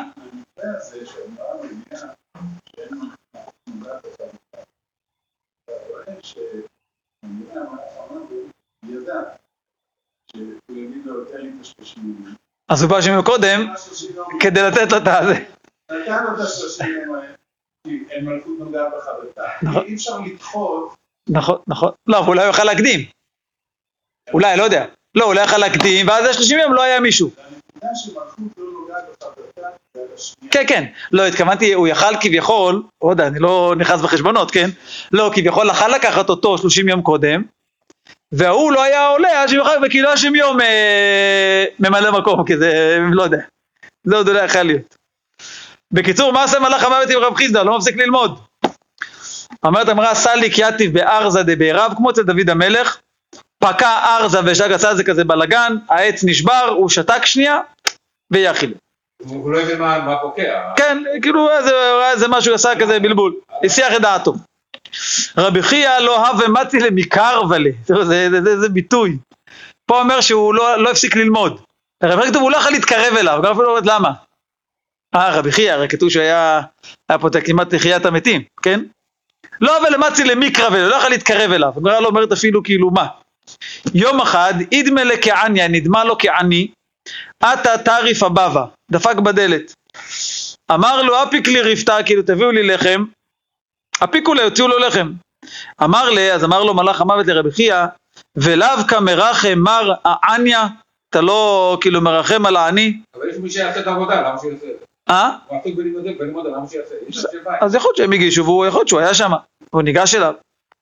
אז הוא בא שם קודם כדי לתת לו את הזה. נתן לו את 30 יום האלה. אין מלכות נוגעה בחברתה. אי אפשר לדחות. נכון. לא, אולי הוא יוכל להקדים. אולי, לא יודע. לא, אולי יוכל להקדים, ואז 30 יום לא היה מישהו. הנקודה שמלכות לא נוגעת בחברתה, זה על השנייה. כן. לא, התכוונתי, הוא יכל כביכול, לא יודע, אני לא נכנס בחשבונות, כן? לא, כביכול יכל לקחת אותו 30 יום קודם, והוא לא היה עולה, וכאילו השם יום ממלא מקום, כי זה, לא יודע. זה עוד אולי יכול להיות. בקיצור, מה עשה מלאך המוות עם רב חיסדא? לא מפסיק ללמוד. אומרת אמרה, סליק יתיב בארזה דבערב, כמו אצל דוד המלך, פקע ארזה ושג עשה זה כזה בלגן, העץ נשבר, הוא שתק שנייה, ויחיל. הוא לא יודע מה פוקע. כן, כאילו זה משהו עשה כזה בלבול, הסיח את דעתו. רבי חייא לא הווה מצי למיקר ולה, זה ביטוי. פה אומר שהוא לא הפסיק ללמוד. רבי כתוב, הוא לא יכול להתקרב אליו, גם אפילו לא יודעת למה. רבי חייא, הרי כתוב שהיה פה כמעט תחיית המתים, כן? לא אבל למצי למיקרא ולא, לא יכול להתקרב אליו. הגמרא לא אומרת אפילו כאילו מה. יום אחד, אידמה לכעניה, נדמה לו כעני, אתה תעריף הבבה, דפק בדלת. אמר לו, אפיק לי רפתה, כאילו תביאו לי לחם, אפיקו לי, הוציאו לו לחם. אמר לי, אז אמר לו מלאך המוות לרבי חייא, ולאו כמרחם מר העניה, אתה לא כאילו מרחם על העני. אבל יש מי שיעשה את העבודה, למה שיעשה את זה? הוא עסוק בלימוד, למה שיעשה? אז יכול להיות שהם הגישו, והוא יכול להיות שהוא היה שם, הוא ניגש אליו.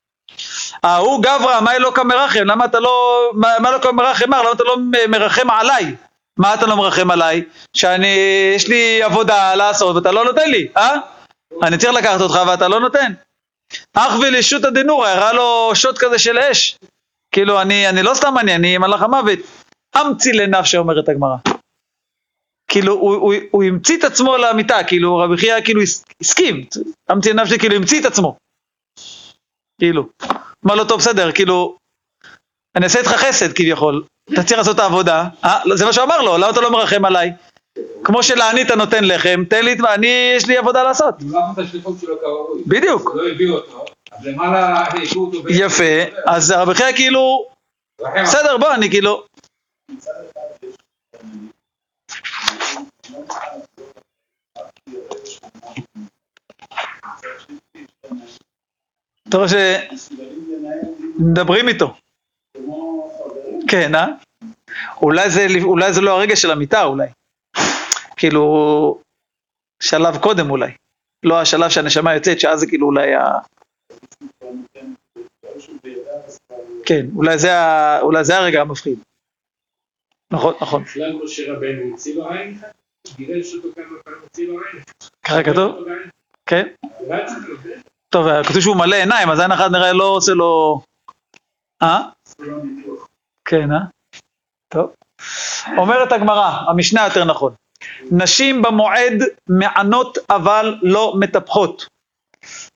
הוא גברא, מה לא כמרחם? למה אתה לא, מה לא כמרחם? למה אתה לא מרחם עליי? מה אתה לא מרחם עליי? יש לי עבודה לעשות ואתה לא נותן לי, אני צריך לקחת אותך ואתה לא נותן. אך ולשוט הדנורה, הראה לו שוט כזה של אש. כאילו, אני לא סתם אני מלאך המוות. אמצי לנפש, אומרת הגמרא. כאילו, הוא המציא את עצמו למיטה, כאילו, רבי חייא כאילו הסכים. אמצי לנפש, כאילו, המציא את עצמו. כאילו, מה לא טוב, בסדר, כאילו, אני אעשה איתך חסד, כביכול. אתה צריך לעשות את העבודה. זה מה שאמר לו, למה אתה לא מרחם עליי? כמו שלעני אתה נותן לחם, תן לי, יש לי עבודה לעשות. הוא לא עשה את השליחות שלו כראוי. בדיוק. לא הביאו אותו, אז למעלה הישו אותו. יפה, אז רבי חייא כאילו, בסדר, בוא, אני כאילו. אתה רואה שמדברים איתו. כן, אולי זה לא הרגע של המיטה, אולי. כאילו, שלב קודם אולי. לא השלב שהנשמה יוצאת, שאז זה כאילו אולי כן, אולי זה הרגע המפחיד. נכון. שלם משה רבנו הוציא לו עין? גירש אותו כמה פעם הוציא לו עין? ככה כתוב? כן. טוב, כתוב שהוא מלא עיניים, אז עין אחד נראה לא עושה לו... כן, טוב. אומרת הגמרא, המשנה יותר נכון. נשים במועד מענות אבל לא מטפחות.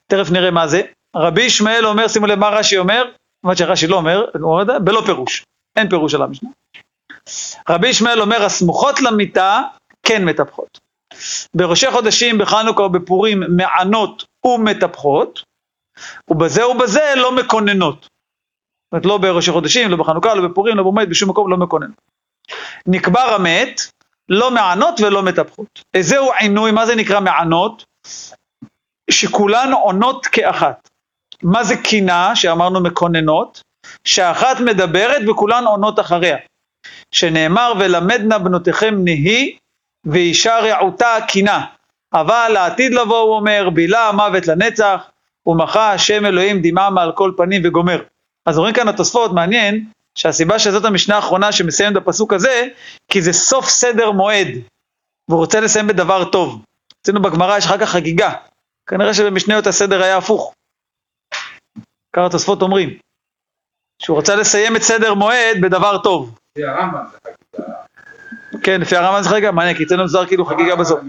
תכף נראה מה זה. רבי ישמעאל אומר, שימו לב מה רש"י אומר, זאת שרש"י לא אומר, הוא אומר בלא פירוש, אין פירוש על המשנה. רבי ישמעאל אומר, הסמוכות למיטה כן מטפחות. בראשי חודשים, בחנוכה ובפורים, מענות ומטפחות, ובזה ובזה לא מקוננות. זאת אומרת, לא בראשי חודשים, לא בחנוכה, לא בפורים, לא במועד, בשום מקום לא מקונן. נקבר המת, לא מענות ולא מטפחות. איזהו עינוי, מה זה נקרא מענות? שכולן עונות כאחת. מה זה קינה, שאמרנו מקוננות? שאחת מדברת וכולן עונות אחריה. שנאמר, ולמדנה בנותיכם נהי, ואישה רעותה קינה. אבל לעתיד לבוא, הוא אומר, בילה המוות לנצח, ומחה השם אלוהים דמעה על כל פנים וגומר. אז רואים כאן התוספות, מעניין, שהסיבה שזאת המשנה האחרונה שמסיים את הפסוק הזה, כי זה סוף סדר מועד, והוא רוצה לסיים בדבר טוב. אצלנו בגמרא יש אחר כך חגיגה, כנראה שבמשניות הסדר היה הפוך. כמה התוספות אומרים, שהוא רוצה לסיים את סדר מועד בדבר טוב. לפי הרמב"ם זה חגיגה. כן, לפי הרמב"ם זה חגיגה, מעניין, כי אצלנו זה כאילו חגיגה בסוף.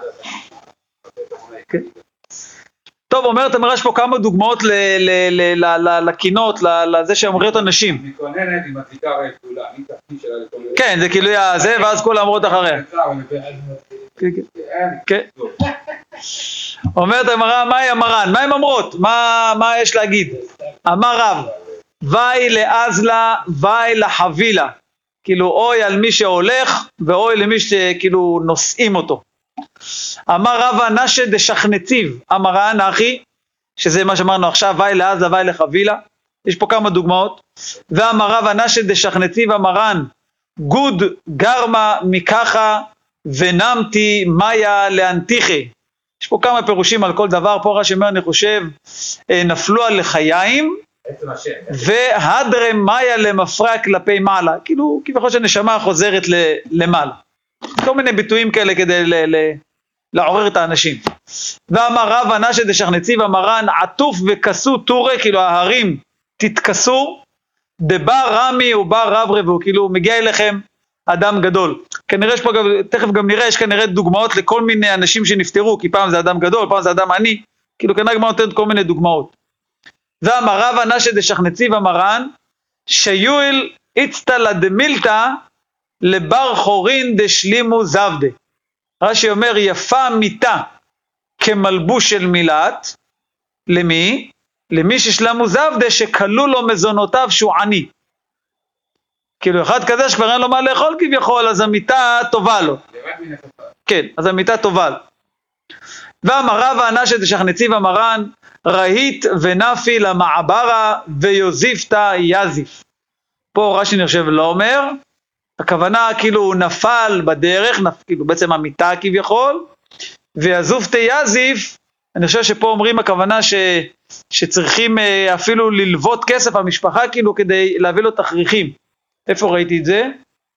כן. טוב, אומרת המרש פה כמה דוגמאות לקינות, לזה שאומרות אנשים. מתכוננת עם מדליקה וגדולה, מי תפקיד שלה לכל יום. כן, זה כאילו זה, ואז כל האמרות אחריה. כן. אומרת המראה, מהי המרן? מה הן אומרות? מה יש להגיד? אמר רב, ואי לאזלה, ואי לחבילה. כאילו, אוי על מי שהולך, ואוי למי שכאילו נושאים אותו. אמר רבא נשא דשכנציב, אמרה נחי, שזה מה שאמרנו עכשיו, ואי לאזלה, ואי לחבילה. יש פה כמה דוגמאות. ואמר רבא נשא דשכנציב, אמרן, גוד גרמה מככה, ונמתי מאיה לאנטיחי. יש פה כמה פירושים על כל דבר, פה רש"י אומר, אני חושב, נפלו על לחיים, והדרה מאיה למפרע כלפי מעלה, כאילו כביכול שהנשמה חוזרת למעלה. כל מיני ביטויים כאלה כדי לעורר את האנשים. ואמר רבא נשא דשכנציב, אמרן עטוף וכסו טורי, כאילו ההרים תתכסו, דבא רמי ובא רב רבו, כאילו מגיע אליכם אדם גדול. כנראה יש פה, תכף גם נראה, יש כנראה דוגמאות לכל מיני אנשים שנפטרו, כי פעם זה אדם גדול, פעם זה אדם עני, כאילו כנראה גם נותנת כל מיני דוגמאות. ואמר רבא נשא דשכנציב, אמרן, שיועיל איצטלה דמילתא לבר חורין דשלימו זבדה. רש"י אומר, יפה מיתה כמלבוש של מילת, למי? למי ששלמו זבדה שכלו לו מזונותיו שהוא עני. כאילו אחד כזה שכבר אין לו מה לאכול כביכול, אז המיטה טובה לו. כן, אז המיטה טובה לו. ואמר רבא נשא דשכנציב, אמרן, רהית ונפי למעברה ויוזיפתא יזיף. פה רש"י נחשב לא אומר, הכוונה כאילו הוא נפל בדרך, כאילו בעצם המיטה כביכול, ויזופתא יזיף, אני חושב שפה אומרים הכוונה שצריכים אפילו ללוות כסף המשפחה כאילו כדי להביא לו תכריכים. איפה ראיתי את זה?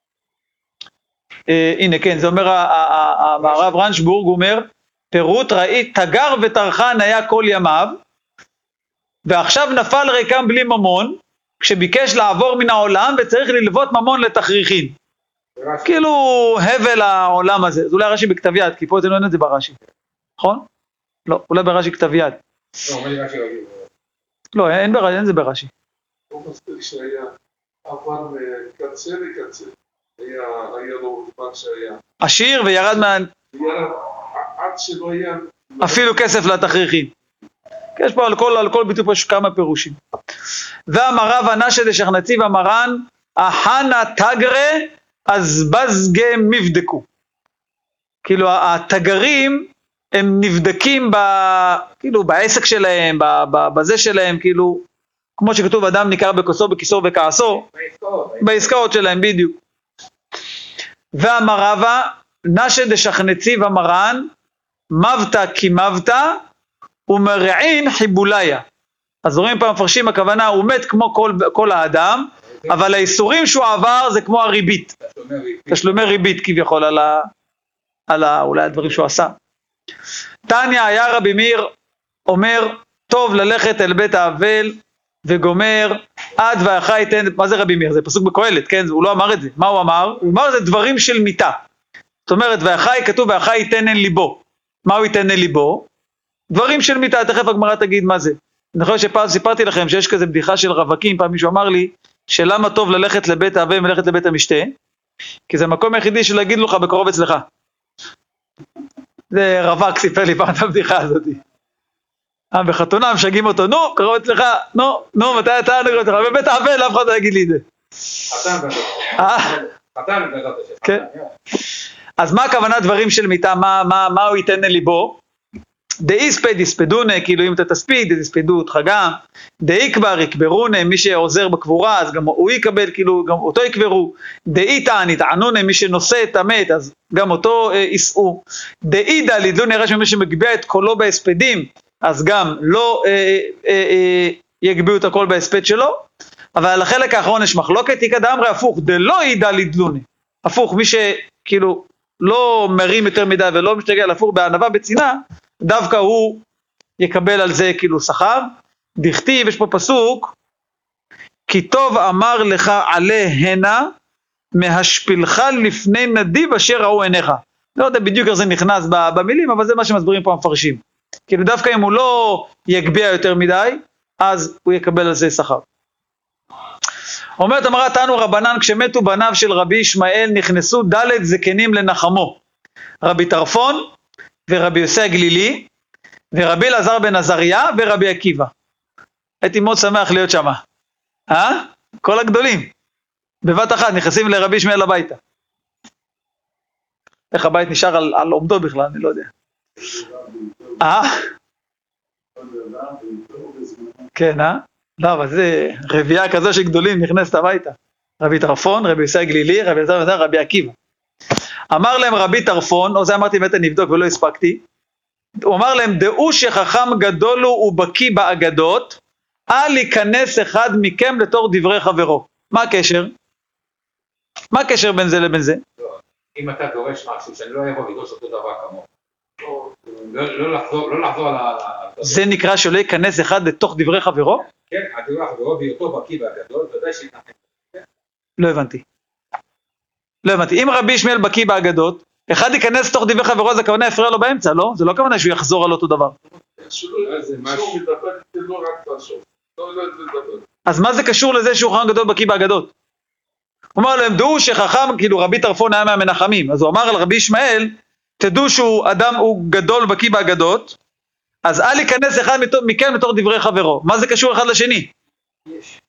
הנה כן, זה אומר הרב רנשבורג, הוא אומר, פירוט ראית, תגר וטרחן היה כל ימיו, ועכשיו נפל ריקם בלי ממון, כשביקש לעבור מן העולם, וצריך ללוות ממון לתכריכים. כאילו הבל העולם הזה, זה אולי רש"י בכתב יד, כי פה זה לא אין את זה ברש"י, נכון? לא, אולי ברש"י כתב יד. לא, אין זה ברש"י. הוא מסתכל שהיה עבר מקצה לקצה, היה לו דבר שהיה. עשיר וירד עד שלא היה... אפילו כסף לתכריכים. יש פה על כל ביטוי פה יש כמה פירושים. ואמר רבא נשא דשכנציב, אמרן, החנה תגרה, אז בזגה מבדקו. כאילו התגרים הם נבדקים כאילו בעסק שלהם, בזה שלהם, כאילו, כמו שכתוב, אדם ניכר בכוסו, בכיסו וכעסו, בעסקאות שלהם, בדיוק. ואמר רבא נשא דשכנציב, אמרן, מבתא כי מבתא, ומרעין חיבוליה. אז רואים פעם מפרשים, הכוונה, הוא מת כמו כל האדם, אבל האיסורים שהוא עבר זה כמו הריבית. תשלומי ריבית כביכול על אולי הדברים שהוא עשה. תניא היה רבי מאיר אומר, טוב ללכת אל בית האבל וגומר עד ואחי יתן, מה זה רבי מאיר? זה פסוק בקהלת, כן? הוא לא אמר את זה. מה הוא אמר? הוא אמר זה דברים של מיתה. זאת אומרת, ואחי כתוב ואחי יתן ליבו. מה הוא ייתן ליבו? דברים של מיטה, תכף הגמרא תגיד מה זה. אני חושב שפעם סיפרתי לכם שיש כזה בדיחה של רווקים, פעם מישהו אמר לי, שלמה טוב ללכת לבית האבל וללכת לבית המשתה, כי זה המקום היחידי של להגיד לך בקרוב אצלך. זה רווק סיפר לי פעם את הבדיחה הזאת. בחתונה משגעים אותו, נו, קרוב אצלך, נו, מתי אתה נקרוב אצלך? בבית האבל, אף אחד לא יגיד לי את זה. חתן בעזרת השם. כן. אז מה הכוונה דברים של מיטה, מה הוא ייתן לליבו? דאיספד יספדונה, כאילו אם אתה תספיד, יספדו אותך גם. דאיקבר יקברונה, מי שעוזר בקבורה, אז גם הוא יקבל, כאילו גם אותו יקברו. דאיתן יטענונה, מי שנושא את המת, אז גם אותו יישאו. דאידה לידלו נראה שמי שמגביע את קולו בהספדים, אז גם לא יגביעו את הכל בהספד שלו. אבל על החלק האחרון יש מחלוקת, היא כדאמרי הפוך, דלא אידה לידלונה. הפוך, מי שכאילו לא מרים יותר מדי ולא משתגע להפוך בענווה בצינה, דווקא הוא יקבל על זה כאילו שכר. דכתיב, יש פה פסוק, כי טוב אמר לך עלה הנה, מהשפילך לפני נדיב אשר ראו עיניך. לא יודע בדיוק איך זה נכנס במילים, אבל זה מה שמסבירים פה המפרשים. כאילו דווקא אם הוא לא יגביע יותר מדי, אז הוא יקבל על זה שכר. אומרת אמרה תנו רבנן, כשמתו בניו של רבי ישמעאל, נכנסו ד' זקנים לנחמו. רבי טרפון, ורבי יוסי הגלילי, ורבי אלעזר בן עזריה, ורבי עקיבא. הייתי מאוד שמח להיות שם. כל הגדולים. בבת אחת נכנסים לרבי ישמעאל הביתה. איך הבית נשאר על עומדו בכלל, אני לא יודע. כן, לא, אבל זה רביעה כזו שגדולים נכנסת הביתה. רבי טרפון, רבי יוסי הגלילי, רבי אלעזר בן עזריה, רבי עקיבא. אמר להם רבי טרפון, או זה אמרתי באמת אני אבדוק ולא הספקתי, הוא אמר להם, דעו שחכם גדול הוא ובקיא באגדות, אל ייכנס אחד מכם לתור דברי חברו. מה הקשר? מה הקשר בין זה לבין זה? אם אתה דורש משהו שאני לא אבוא לדרוש אותו דבר כמוך, לא לחזור על זה נקרא שלא ייכנס אחד לתוך דברי חברו? כן, הדברי חברו בהיותו בקיא באגדות, ודאי שיתנחם. לא הבנתי. אם רבי ישמעאל בקיא באגדות, אחד ייכנס לתוך דברי חברו, זה הכוונה יפריע לו באמצע, לא? זה לא הכוונה שהוא יחזור על אותו דבר. אז מה זה קשור לזה שהוא חכם גדול בקיא באגדות? הוא אמר להם, דעו שחכם, כאילו רבי טרפון היה מהמנחמים, אז הוא אמר על רבי ישמעאל, תדעו שהוא אדם, הוא גדול בקיא באגדות, אז אל ייכנס אחד מכם לתוך דברי חברו. מה זה קשור אחד לשני? יש.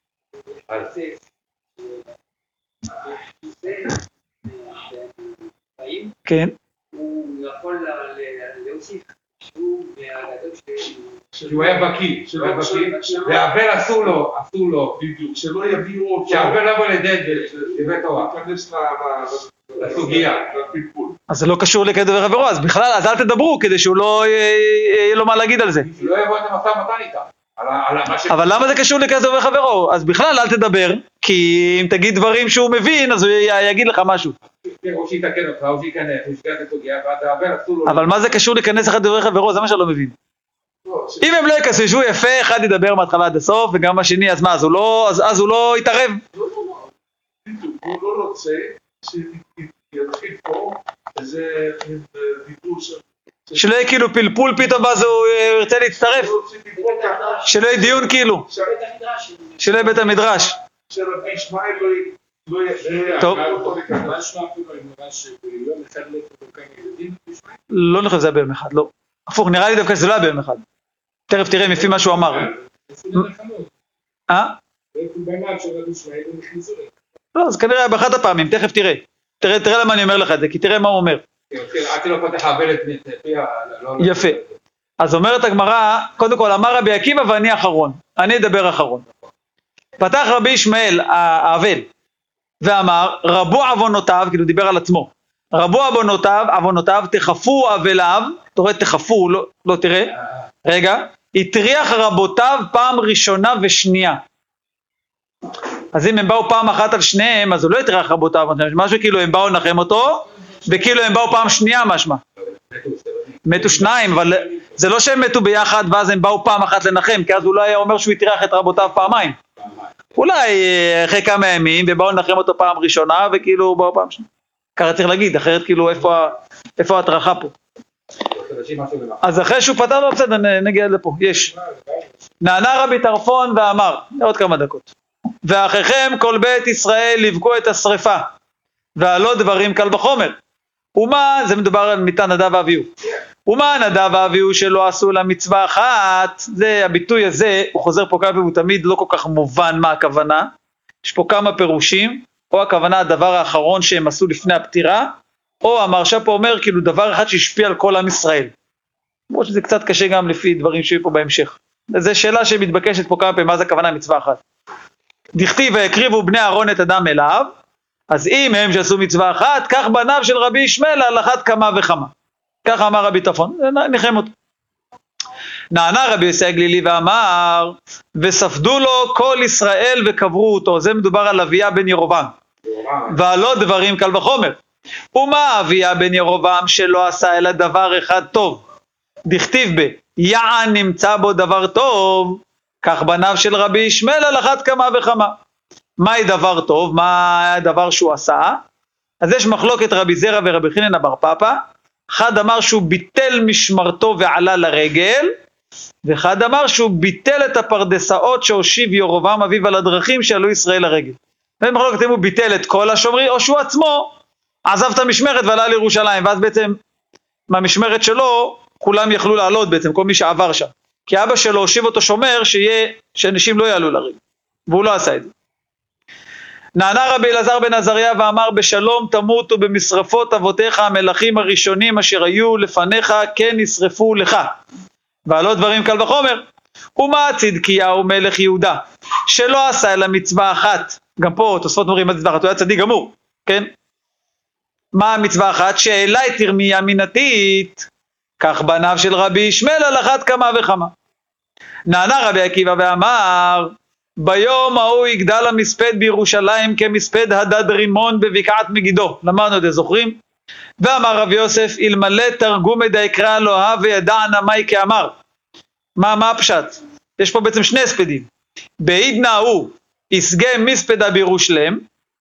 כן. הוא יכול להוסיף שהוא מהאגדות שהוא היה בקיא, והאבל אסור לו, בדיוק, שלא יביאו, שהאבל לא בוא לדד בבית תורה, להיכנס לסוגיה. לפלפול. אז זה לא קשור לכדבר חברו, אז בכלל, אז אל תדברו, כדי שהוא לא יהיה לו מה להגיד על זה. לא יבוא את המשא ומתן איתה. אבל למה זה קשור לכדבר חברו? אז בכלל אל תדבר, כי אם תגיד דברים שהוא מבין, אז הוא יגיד לך משהו. או שיתקן אותך, או שייכנס, או שייכנס לסוגיה, ואז האבל אסור לו. אבל מה זה קשור להיכנס אחד לדברי חברו? זה מה שאני לא מבין. אם הם לא יקששו יפה, אחד ידבר מההתחלה עד הסוף, וגם השני, אז מה, אז הוא לא יתערב? לא. הוא לא רוצה שיתחיל פה איזה דיבור שלא יהיה כאילו פלפול פתאום, אז הוא ירצה להצטרף. שלא יהיה דיון כאילו. שלא יהיה בית המדרש. שרבי ישמעאל לא טוב. מה שמע אפילו עם רש ביום אחד לא כל כמה ילדים? לא נכון, זה היה ביום אחד, לא. הפוך, נראה לי דווקא שזה לא היה ביום אחד. תכף תראה לפי מה שהוא אמר. איפה לנחמות? איפה בניו של רבי ישמעאל הם נכנסו להם? לא, זה כנראה היה באחת הפעמים, תכף תראה. תראה למה אני אומר לך את זה, כי תראה מה הוא אומר. עד שלא פתח האבל את פיה. יפה. אז אומרת הגמרא, קודם כל אמר רבי עקיבא ואני אחרון. אני אדבר אחרון. פתח רבי ישמעאל האבל, ואמר, רבו עוונותיו, כאילו דיבר על עצמו. רבו עוונותיו, תחפו אבליו, אתה רואה תחפו, לא תראה, רגע, הטריח רבותיו פעם ראשונה ושנייה. אז אם הם באו פעם אחת על שניהם, אז הוא לא הטריח רבותיו, משהו כאילו הם באו לנחם אותו, וכאילו הם באו פעם שנייה משמע. מתו שניים, אבל זה לא שהם מתו ביחד, ואז הם באו פעם אחת לנחם, כי אז אולי היה אומר שהוא הטריח את רבותיו פעמיים. אולי אחרי כמה ימים, ובאו לנחם אותו פעם ראשונה, וכאילו באו פעם שנייה. ככה צריך להגיד, אחרת כאילו איפה ההטרחה פה. אנשים משהו למחר. אז אחרי שהוא פתר לו, בסדר, נגיע לפה, יש. נענה רבי טרפון ואמר, עוד כמה דקות, ואחיכם כל בית ישראל לבכו את השריפה, ועלו דברים קל וחומר. ומה, זה מדובר על מיתה נדב ואביהו. ומה נדב ואביהו שלא עשו לה מצווה אחת, זה הביטוי הזה, הוא חוזר פה כמה פעמים, הוא תמיד לא כל כך מובן מה הכוונה. יש פה כמה פירושים, או הכוונה הדבר האחרון שהם עשו לפני הפטירה, או המרשה פה אומר כאילו דבר אחד שהשפיע על כל עם ישראל. למרות שזה קצת קשה גם לפי דברים שיהיו פה בהמשך. זו שאלה שמתבקשת פה כמה פעמים, מה זה הכוונה מצווה אחת. דכתיב ויקריבו בני אהרון את הדם אליו, אז אם הם שעשו מצווה אחת, כך בניו של רבי ישמעאל על אחת כמה וכמה. ככה אמר רבי טרפון, נחם אותו. נענה רבי יוסי הגלילי ואמר, וספדו לו כל ישראל וקברו אותו. זה מדובר על אביה בן ירובעם. ועלו דברים קל וחומר. ומה אביה בן ירובעם שלא עשה אלא דבר אחד טוב? דכתיב יען נמצא בו דבר טוב, כך בניו של רבי ישמעאל על אחת כמה וכמה. מהי דבר טוב? מה הדבר שהוא עשה? אז יש מחלוקת רבי זרע ורבי חנינא בר פפא. אחד אמר שהוא ביטל משמרתו ועלה לרגל, ואחד אמר שהוא ביטל את הפרדסאות שהושיב ירובעם אביו על הדרכים שעלו ישראל לרגל. ואין מחלוקת אם הוא ביטל את כל השומרי, או שהוא עצמו עזב את המשמרת ועלה לירושלים, ואז בעצם מהמשמרת שלו כולם יכלו לעלות בעצם, כל מי שעבר שם. כי אבא שלו הושיב אותו שומר שאנשים לא יעלו לרגל, והוא לא עשה את זה. נענה רבי אלעזר בן עזריה ואמר, בשלום תמותו במשרפות אבותיך המלכים הראשונים אשר היו לפניך כן נשרפו לך. ועלו דברים קל וחומר. ומה צדקיהו מלך יהודה שלא עשה אלא מצווה אחת? גם פה תוספות אומרים מה מצווה אחת, הוא היה צדיק גמור, כן? מה המצווה אחת? שהעלה את ירמיה מנתית, כך בניו של רבי ישמעאל על אחת כמה וכמה. נענה רבי עקיבא ואמר, ביום ההוא יגדל המספד בירושלים כמספד הדד רימון בבקעת מגידו. למדנו את זה, זוכרים? ואמר רבי יוסף, אלמלא תרגום דיקרא אלוהה וידענה מאי כאמר. מה הפשט? יש פה בעצם שני הספדים. בעידנא הוא יסגה מספדה בירושלם,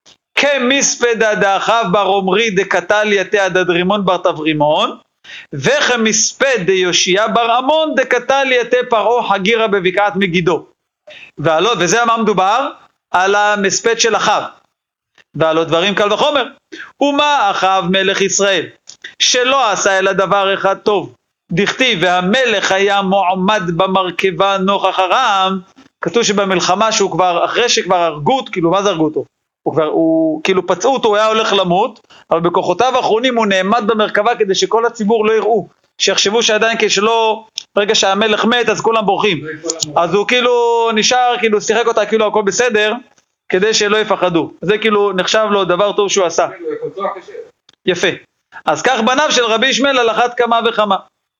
כמספדה דאחיו בר עמרי דקתל יתה הדד רימון בר תברימון, וכמספד דיושיה בר עמון דקתל יתה פרעה חגירה בבקעת מגידו. וזה מה מדובר? על המספד של אחיו. ועלו דברים קל וחומר. ומה אחיו מלך ישראל שלא עשה אלא דבר אחד טוב? דכתיב והמלך היה מועמד במרכבה נוכח הרעם. כתוב שבמלחמה שהוא כבר, אחרי שכבר הרגו, כאילו מה זה הרגו אותו? הוא כאילו פצעו אותו, הוא היה הולך למות, אבל בכוחותיו האחרונים הוא נעמד במרכבה כדי שכל הציבור לא יראו, שיחשבו שעדיין כשלא, ברגע שהמלך מת אז כולם בורחים, אז הוא כאילו נשאר, כאילו שיחק אותה כאילו הכל בסדר, כדי שלא יפחדו. זה כאילו נחשב לו דבר טוב שהוא עשה. יפה. אז כך בניו של רבי ישמעאל על אחת כמה וכמה.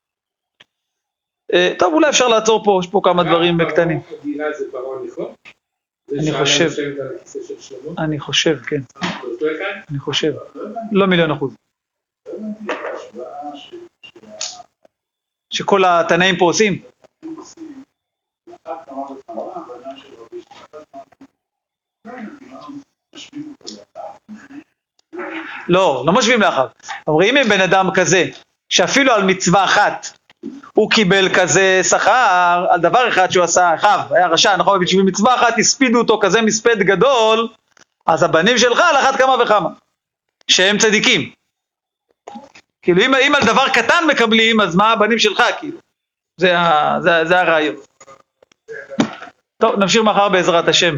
טוב, אולי אפשר לעצור פה, יש פה כמה דברים קטנים. אני חושב, כן. אני חושב. לא 1,000,000%. שכל התנאים פה עושים. לא משווים לאחר. אומרים אם בן אדם כזה, שאפילו על מצווה אחת, הוא קיבל כזה שכר על דבר אחד שהוא עשה, אחיו, היה רשע, נכון, בשביל מצווה אחת הספידו אותו כזה מספד גדול, אז הבנים שלך על אחת כמה וכמה, שהם צדיקים. כאילו אם על דבר קטן מקבלים, אז מה הבנים שלך, כאילו? זה הרעיון. טוב, נמשיך מחר בעזרת השם.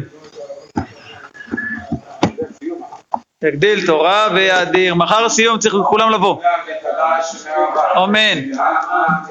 יגדיל תורה ויאדיר. מחר סיום, צריך כולם לבוא. אמן.